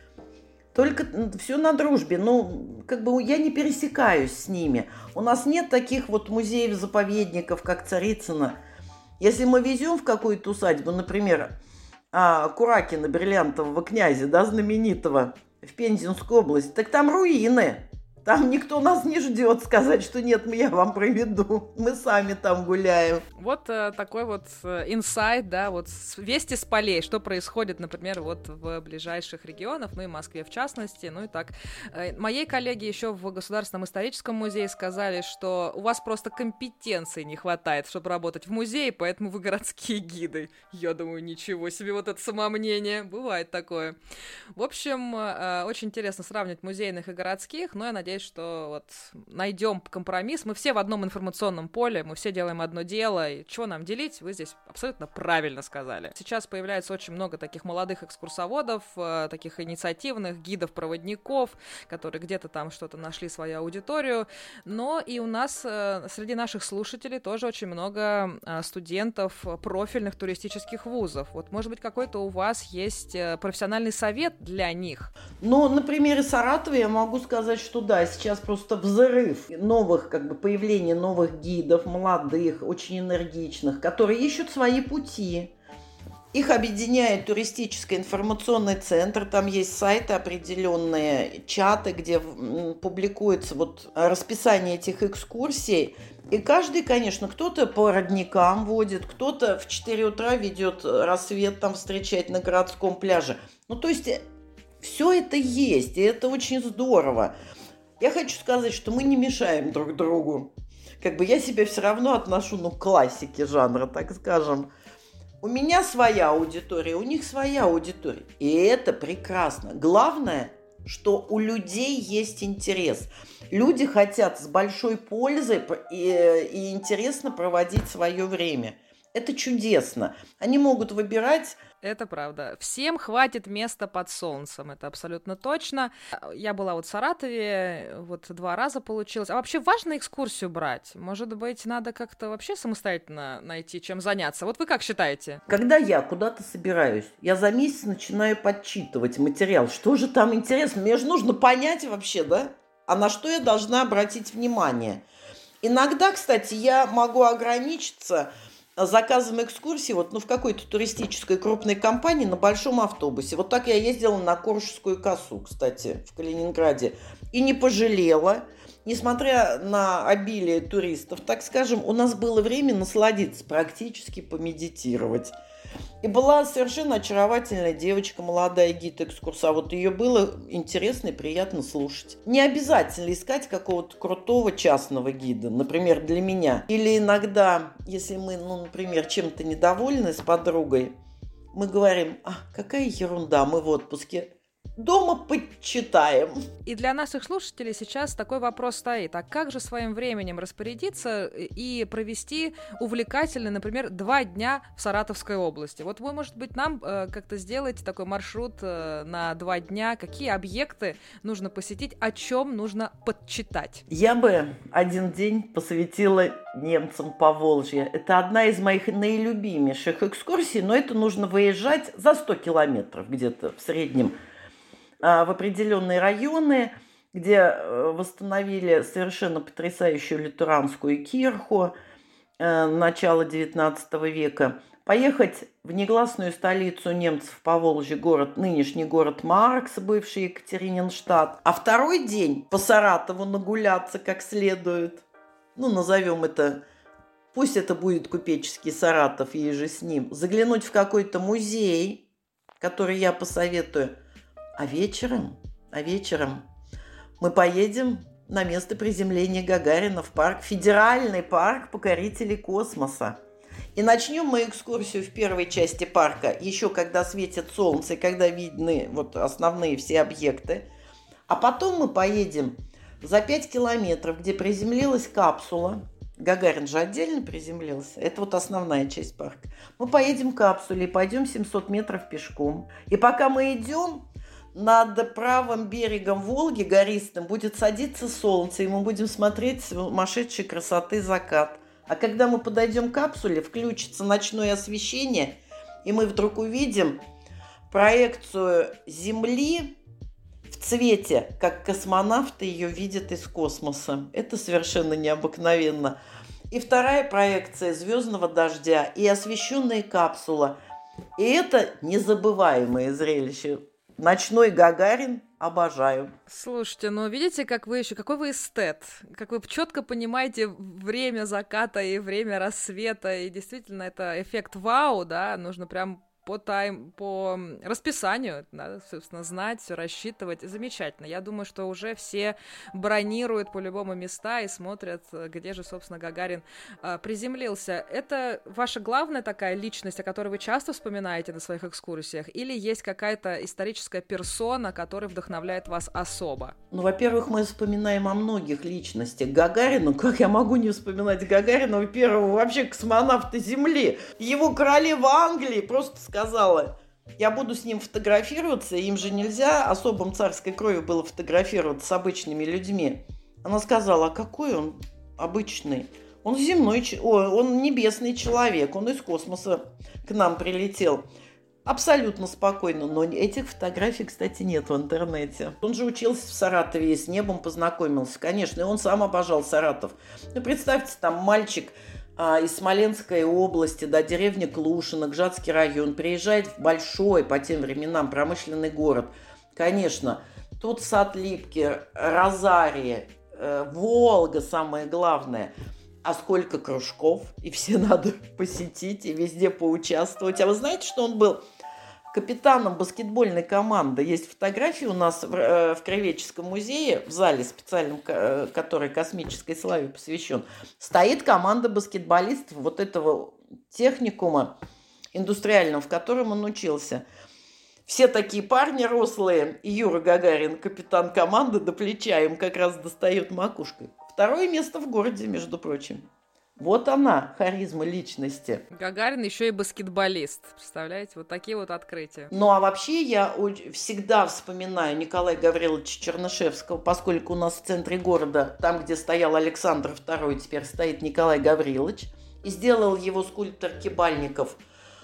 Только все на дружбе. Ну, как бы я не пересекаюсь с ними. У нас нет таких вот музеев-заповедников, как Царицыно. Если мы везем в какую-то усадьбу, например, Куракина, бриллиантового князя, да, знаменитого, в Пензенскую область, так там руины. Там никто нас не ждет сказать, что нет, я вам проведу. Мы сами там гуляем. Вот э, такой вот инсайт, да, вот вести с полей, что происходит, например, вот в ближайших регионах, ну и Москве в частности, ну и так. Э, моей коллеге еще в Государственном историческом музее сказали, что у вас просто компетенции не хватает, чтобы работать в музее, поэтому вы городские гиды. Я думаю, ничего себе, вот это самомнение, бывает такое. В общем, э, очень интересно сравнивать музейных и городских, но я надеюсь, что вот найдем компромисс. Мы все в одном информационном поле, мы все делаем одно дело, и чего нам делить, вы здесь абсолютно правильно сказали. Сейчас появляется очень много таких молодых экскурсоводов, таких инициативных гидов-проводников, которые где-то там что-то нашли свою аудиторию, но и у нас среди наших слушателей тоже очень много студентов профильных туристических вузов. Вот, может быть, какой-то у вас есть профессиональный совет для них? Ну, на примере Саратова я могу сказать, что да, сейчас просто взрыв новых, как бы, появление новых гидов, молодых, очень энергичных, которые ищут свои пути. Их объединяет туристический информационный центр, там есть сайты определенные, чаты, где публикуется вот расписание этих экскурсий. И каждый, конечно, кто-то по родникам водит, кто-то в четыре утра ведет рассвет там встречать на городском пляже. Ну, то есть все это есть, и это очень здорово. Я хочу сказать, что мы не мешаем друг другу. Как бы я себя все равно отношу, ну, к классике жанра, так скажем. У меня своя аудитория, у них своя аудитория. И это прекрасно. Главное, что у людей есть интерес. Люди хотят с большой пользой и, и интересно проводить свое время. Это чудесно. Они могут выбирать... Это правда. Всем хватит места под солнцем, это абсолютно точно. Я была вот в Саратове, вот два раза получилось. А вообще важно экскурсию брать? Может быть, надо как-то вообще самостоятельно найти, чем заняться? Вот вы как считаете? Когда я куда-то собираюсь, я за месяц начинаю подсчитывать материал. Что же там интересно? Мне же нужно понять вообще, да? А на что я должна обратить внимание? Иногда, кстати, я могу ограничиться заказом экскурсии вот, ну, в какой-то туристической крупной компании на большом автобусе. Вот так я ездила на Коржскую косу, кстати, в Калининграде. И не пожалела. Несмотря на обилие туристов, так скажем, у нас было время насладиться, практически помедитировать. И была совершенно очаровательная девочка, молодая гид-экскурсовод. Ее было интересно и приятно слушать. Не обязательно искать какого-то крутого частного гида, например, для меня. Или иногда, если мы, ну, например, чем-то недовольны с подругой, мы говорим: а, какая ерунда, мы в отпуске. Дома почитаем. И для наших слушателей сейчас такой вопрос стоит. А как же своим временем распорядиться и провести увлекательный, например, два дня в Саратовской области? Вот вы, может быть, нам э, как-то сделаете такой маршрут э, на два дня? Какие объекты нужно посетить? О чем нужно подчитать? Я бы один день посвятила немцам Поволжья. Это одна из моих наилюбимейших экскурсий, но это нужно выезжать за сто километров где-то в среднем в определенные районы, где восстановили совершенно потрясающую лютеранскую кирху начала девятнадцатого века, поехать в негласную столицу немцев Поволжья, город, нынешний город Маркс, бывший Екатерининштадт, а второй день по Саратову нагуляться как следует. Ну, назовем это, пусть это будет купеческий Саратов, и же с ним, заглянуть в какой-то музей, который я посоветую. А вечером, а вечером мы поедем на место приземления Гагарина в парк, федеральный парк покорителей космоса. И начнем мы экскурсию в первой части парка, еще когда светит солнце и когда видны вот основные все объекты. А потом мы поедем за пять километров, где приземлилась капсула. Гагарин же отдельно приземлился. Это вот основная часть парка. Мы поедем в капсуле и пойдем семьсот метров пешком. И пока мы идем, над правым берегом Волги, гористым, будет садиться солнце, и мы будем смотреть сумасшедшей красоты закат. А когда мы подойдем к капсуле, включится ночное освещение, и мы вдруг увидим проекцию Земли в цвете, как космонавты ее видят из космоса. Это совершенно необыкновенно. И вторая проекция звездного дождя и освещенная капсула. И это незабываемое зрелище. Ночной Гагарин обожаю. Слушайте, ну видите, как вы еще, какой вы эстет, как вы четко понимаете время заката и время рассвета, и действительно это эффект вау, да, нужно прям по тайм, по расписанию, да, собственно, знать, все рассчитывать. Замечательно. Я думаю, что уже все бронируют по-любому места и смотрят, где же, собственно, Гагарин а, приземлился. Это ваша главная такая личность, о которой вы часто вспоминаете на своих экскурсиях? Или есть какая-то историческая персона, которая вдохновляет вас особо? Ну, во-первых, мы вспоминаем о многих личностях. Гагарину, как я могу не вспоминать Гагарина, первого вообще космонавта Земли? Его королева Англии просто сказала: я буду с ним фотографироваться, им же нельзя особым царской кровью было фотографироваться с обычными людьми. Она сказала: а какой он обычный? Он земной, ой, он небесный человек, он из космоса к нам прилетел. Абсолютно спокойно, но этих фотографий, кстати, нет в интернете. Он же учился в Саратове и с небом познакомился, конечно, и он сам обожал Саратов. Ну, представьте, там мальчик из Смоленской области, да, деревня Клушино, Гжатский район, приезжает в большой по тем временам промышленный город. Конечно, тут сад Липки, Розария, э, Волга, самое главное. А сколько кружков, и все надо посетить, и везде поучаствовать. А вы знаете, что он был капитаном баскетбольной команды? Есть фотографии у нас в, э, в Кривеческом музее, в зале специальном, э, который космической славе посвящен. Стоит команда баскетболистов вот этого техникума индустриального, в котором он учился. Все такие парни рослые, и Юра Гагарин, капитан команды, до плеча им как раз достает макушкой. Второе место в городе, между прочим. Вот она, харизма личности. Гагарин еще и баскетболист. Представляете, вот такие вот открытия. Ну, а вообще я всегда вспоминаю Николая Гавриловича Чернышевского, поскольку у нас в центре города, там, где стоял Александр второй, теперь стоит Николай Гаврилович. И сделал его скульптор Кибальников,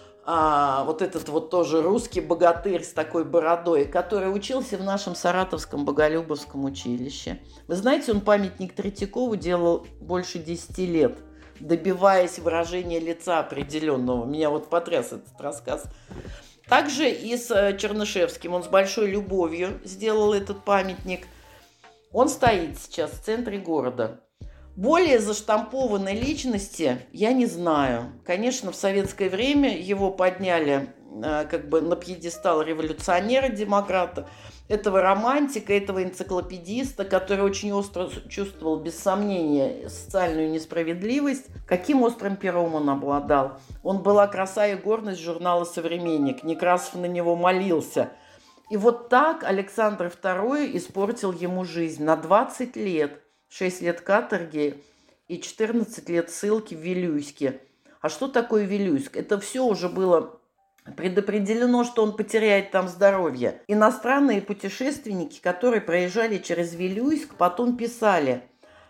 а, вот этот вот тоже русский богатырь с такой бородой, который учился в нашем Саратовском Боголюбовском училище. Вы знаете, он памятник Третьякову делал больше десяти лет, добиваясь выражения лица определенного. Меня вот потряс этот рассказ. Также и с Чернышевским. Он с большой любовью сделал этот памятник. Он стоит сейчас в центре города. Более заштампованной личности я не знаю. Конечно, в советское время его подняли как бы на пьедестал революционера-демократа, этого романтика, этого энциклопедиста, который очень остро чувствовал, без сомнения, социальную несправедливость. Каким острым пером он обладал? Он была краса и гордость журнала «Современник». Некрасов на него молился. И вот так Александр второй испортил ему жизнь на двадцать лет. шесть лет каторги и четырнадцать лет ссылки в Вилюйске. А что такое Вилюйск? Это все уже было предопределено, что он потеряет там здоровье. Иностранные путешественники, которые проезжали через Вилюйск, потом писали: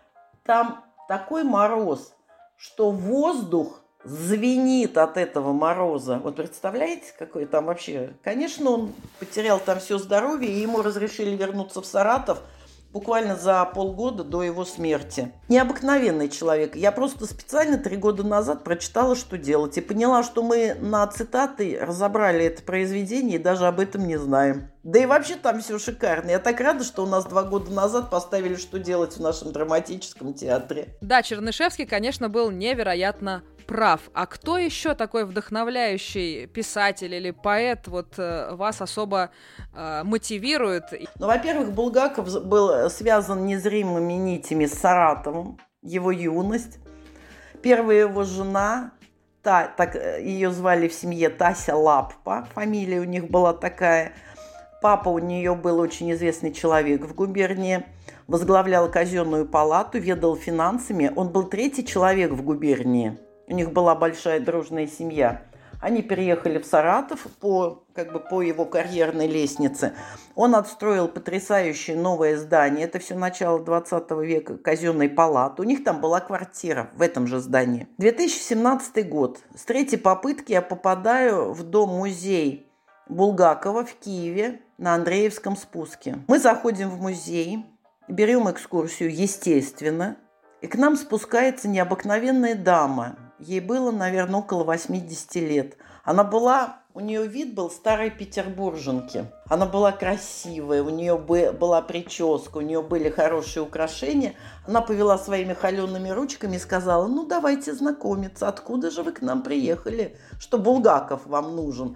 там такой мороз, что воздух звенит от этого мороза. Вот представляете, какой там вообще... Конечно, он потерял там все здоровье, и ему разрешили вернуться в Саратов буквально за полгода до его смерти. Необыкновенный человек. Я просто специально три года назад прочитала, что делать, и поняла, что мы на цитаты разобрали это произведение и даже об этом не знаем. Да и вообще там все шикарно. Я так рада, что у нас два года назад поставили «Что делать» в нашем драматическом театре. Да, Чернышевский, конечно, был невероятно прав. А кто еще такой вдохновляющий писатель или поэт вот э, вас особо э, мотивирует? Ну, во-первых, Булгаков был связан незримыми нитями с Саратовом, его юность. Первая его жена, та, так, ее звали в семье Тася Лаппа, фамилия у них была такая. Папа у нее был очень известный человек в губернии, возглавлял казенную палату, ведал финансами. Он был третий человек в губернии. У них была большая дружная семья. Они переехали в Саратов по, как бы по его карьерной лестнице. Он отстроил потрясающее новое здание. Это все начало двадцатого века, казенной палаты. У них там была квартира в этом же здании. две тысячи семнадцатый год. С третьей попытки я попадаю в дом-музей Булгакова в Киеве на Андреевском спуске. Мы заходим в музей, берем экскурсию, естественно, и к нам спускается необыкновенная дама. Ей было, наверное, около восьмидесяти лет. Она была, у нее вид был старой петербурженки. Она была красивая, у нее была прическа, у нее были хорошие украшения. Она повела своими холеными ручками и сказала: ну, давайте знакомиться, откуда же вы к нам приехали, что Булгаков вам нужен.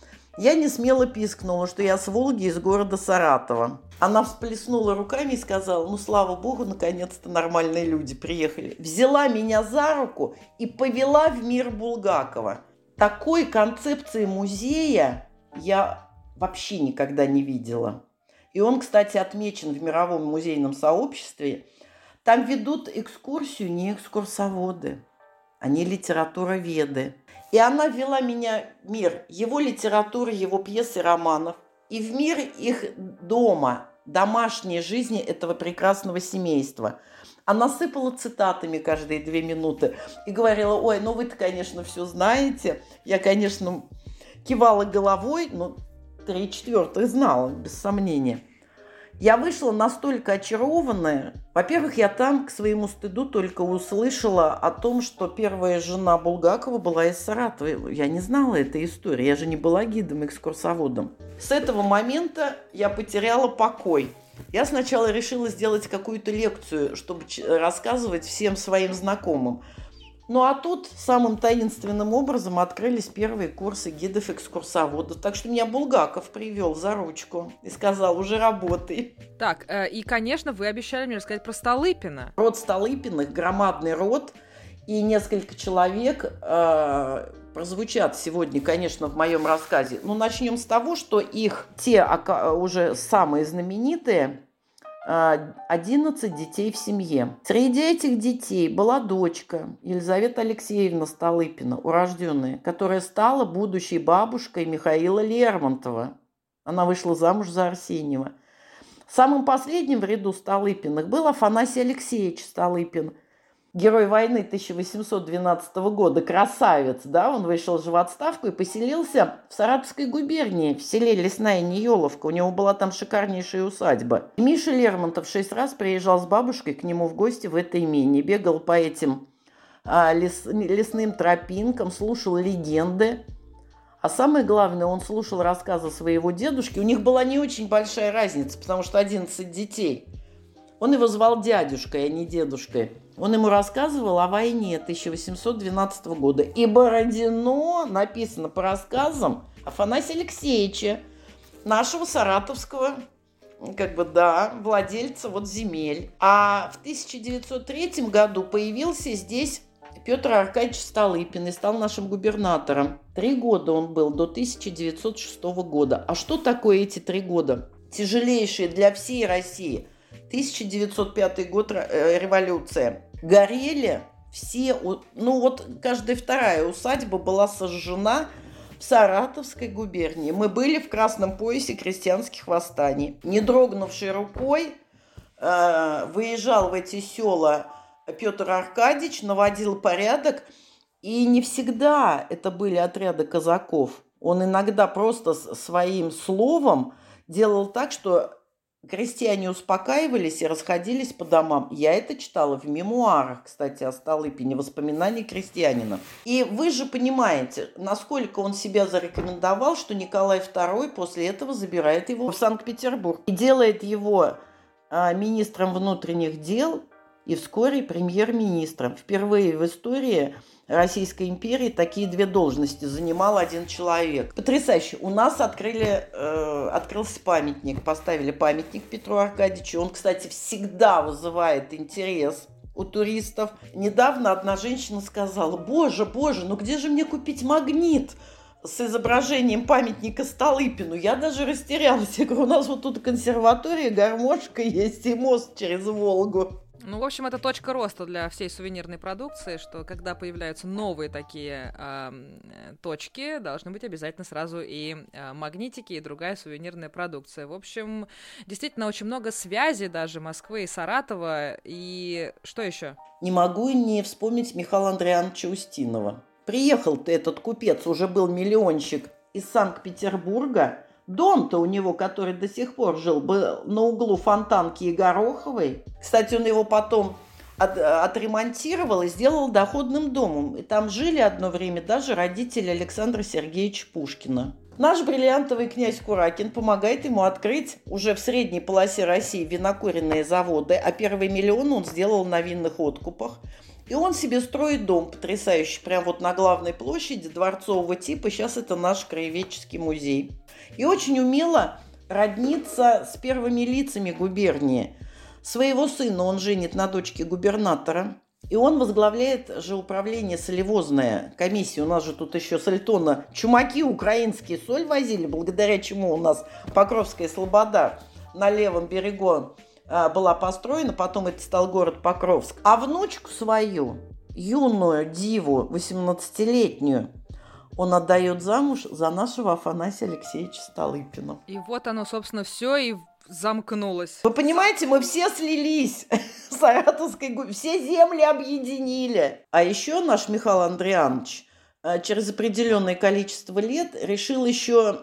Я не смело пискнула, что я с Волги, из города Саратова. Она всплеснула руками и сказала: ну, слава богу, наконец-то нормальные люди приехали. Взяла меня за руку и повела в мир Булгакова. Такой концепции музея я вообще никогда не видела. И он, кстати, отмечен в мировом музейном сообществе. Там ведут экскурсию не экскурсоводы, они литературоведы. И она ввела меня в мир его литературы, его пьес и романов, и в мир их дома, домашней жизни этого прекрасного семейства. Она сыпала цитатами каждые две минуты и говорила: ой, ну вы-то, конечно, все знаете. Я, конечно, кивала головой, но три четвертых знала, без сомнения. Я вышла настолько очарованная. Во-первых, я там, к своему стыду, только услышала о том, что первая жена Булгакова была из Саратова. Я не знала этой истории, я же не была гидом-экскурсоводом. С этого момента я потеряла покой. Я сначала решила сделать какую-то лекцию, чтобы рассказывать всем своим знакомым. Ну а тут самым таинственным образом открылись первые курсы гидов-экскурсоводов. Так что меня Булгаков привел за ручку и сказал: уже работай. Так, э, и, конечно, вы обещали мне рассказать про Столыпина. Род Столыпиных, громадный род, и несколько человек э, прозвучат сегодня, конечно, в моем рассказе. Ну, начнем с того, что их, те уже самые знаменитые, одиннадцать детей в семье. Среди этих детей была дочка Елизавета Алексеевна Столыпина, урожденная, которая стала будущей бабушкой Михаила Лермонтова. Она вышла замуж за Арсеньева. Самым последним в ряду Столыпиных был Афанасий Алексеевич Столыпин, герой войны тысяча восемьсот двенадцатого года, красавец, да, он вышел же в отставку и поселился в Саратовской губернии, в селе Лесная Нееловка. У него была там шикарнейшая усадьба. Миша Лермонтов шесть раз приезжал с бабушкой к нему в гости в это имение, бегал по этим а, лес, лесным тропинкам, слушал легенды. А самое главное, он слушал рассказы своего дедушки. У них была не очень большая разница, потому что одиннадцать детей. Он его звал дядюшкой, а не дедушкой. Он ему рассказывал о войне тысяча восемьсот двенадцатого года. И Бородино написано по рассказам Афанасия Алексеевича, нашего саратовского, как бы, да, владельца вот земель. А в тысяча девятьсот третьем году появился здесь Петр Аркадьевич Столыпин и стал нашим губернатором. Три года он был, до тысяча девятьсот шестого года. А что такое эти три года? Тяжелейшие для всей России. тысяча девятьсот пятый год, э, революция. Горели все, ну вот каждая вторая усадьба была сожжена в Саратовской губернии. Мы были в красном поясе крестьянских восстаний. Не дрогнувшей рукой э, выезжал в эти села Петр Аркадьевич, наводил порядок. И не всегда это были отряды казаков. Он иногда просто своим словом делал так, что крестьяне успокаивались и расходились по домам. Я это читала в мемуарах, кстати, о Столыпине, воспоминаний крестьянина. И вы же понимаете, насколько он себя зарекомендовал, что Николай второй после этого забирает его в Санкт-Петербург и делает его а, министром внутренних дел и вскоре премьер-министром. Впервые в истории Российской империи такие две должности занимал один человек. Потрясающе. У нас открыли, э, открылся памятник, поставили памятник Петру Аркадьевичу. Он, кстати, всегда вызывает интерес у туристов. Недавно одна женщина сказала: боже, боже, ну где же мне купить магнит с изображением памятника Столыпину? Я даже растерялась. Я говорю, у нас вот тут консерватория, гармошка есть и мост через Волгу. Ну, в общем, это точка роста для всей сувенирной продукции, что когда появляются новые такие э, точки, должны быть обязательно сразу и э, магнитики, и другая сувенирная продукция. В общем, действительно очень много связей даже Москвы и Саратова. И что еще? Не могу не вспомнить Михаила Андриановича Устинова. Приехал-то этот купец, уже был миллионщик из Санкт-Петербурга. Дом-то у него, который до сих пор жил, был на углу Фонтанки и Гороховой. Кстати, он его потом от, отремонтировал и сделал доходным домом. И там жили одно время даже родители Александра Сергеевича Пушкина. Наш бриллиантовый князь Куракин помогает ему открыть уже в средней полосе России винокуренные заводы, а первый миллион он сделал на винных откупах. И он себе строит дом потрясающий, прямо вот на главной площади, дворцового типа. Сейчас это наш краеведческий музей. И очень умело роднится с первыми лицами губернии. Своего сына он женит на дочке губернатора. И он возглавляет же управление солевозное, комиссия. У нас же тут еще с Альтона чумаки украинские соль возили, благодаря чему у нас Покровская слобода на левом берегу была построена, потом это стал город Покровск. А внучку свою, юную диву, восемнадцатилетнюю, он отдает замуж за нашего Афанасия Алексеевича Столыпина. И вот оно, собственно, все и замкнулось. Вы понимаете, мы все слились. Саратовской губернии, все земли объединили. А еще наш Михаил Андрианович через определенное количество лет решил еще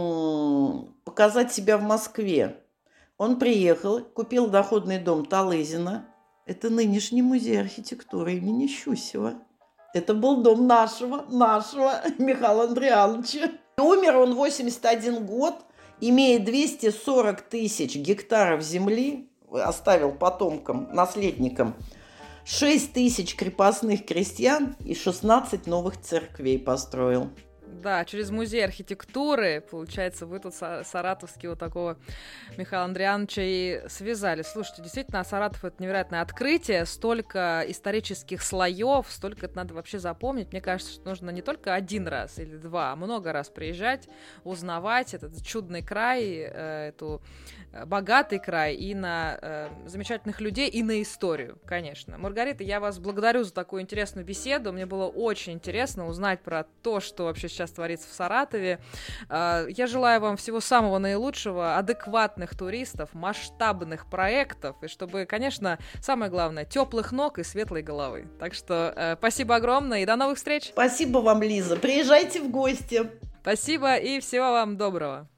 м- показать себя в Москве. Он приехал, купил доходный дом Талызина. Это нынешний музей архитектуры имени Щусева. Это был дом нашего, нашего Михаила Андриановича. И умер он в восемьдесят один год, имея двести сорок тысяч гектаров земли, оставил потомкам, наследникам, шесть тысяч крепостных крестьян и шестнадцать новых церквей построил. Да, через музей архитектуры, получается, вы тут саратовский вот такого Михаила Андриановича и связали. Слушайте, действительно, Саратов — это невероятное открытие, столько исторических слоев, столько это надо вообще запомнить. Мне кажется, что нужно не только один раз или два, а много раз приезжать, узнавать этот чудный край, эту богатый край, и на э, замечательных людей, и на историю, конечно. Маргарита, я вас благодарю за такую интересную беседу. Мне было очень интересно узнать про то, что вообще сейчас творится в Саратове. Э, я желаю вам всего самого наилучшего, адекватных туристов, масштабных проектов, и чтобы, конечно, самое главное, теплых ног и светлой головы. Так что э, спасибо огромное и до новых встреч. Спасибо вам, Лиза. Приезжайте в гости. Спасибо и всего вам доброго.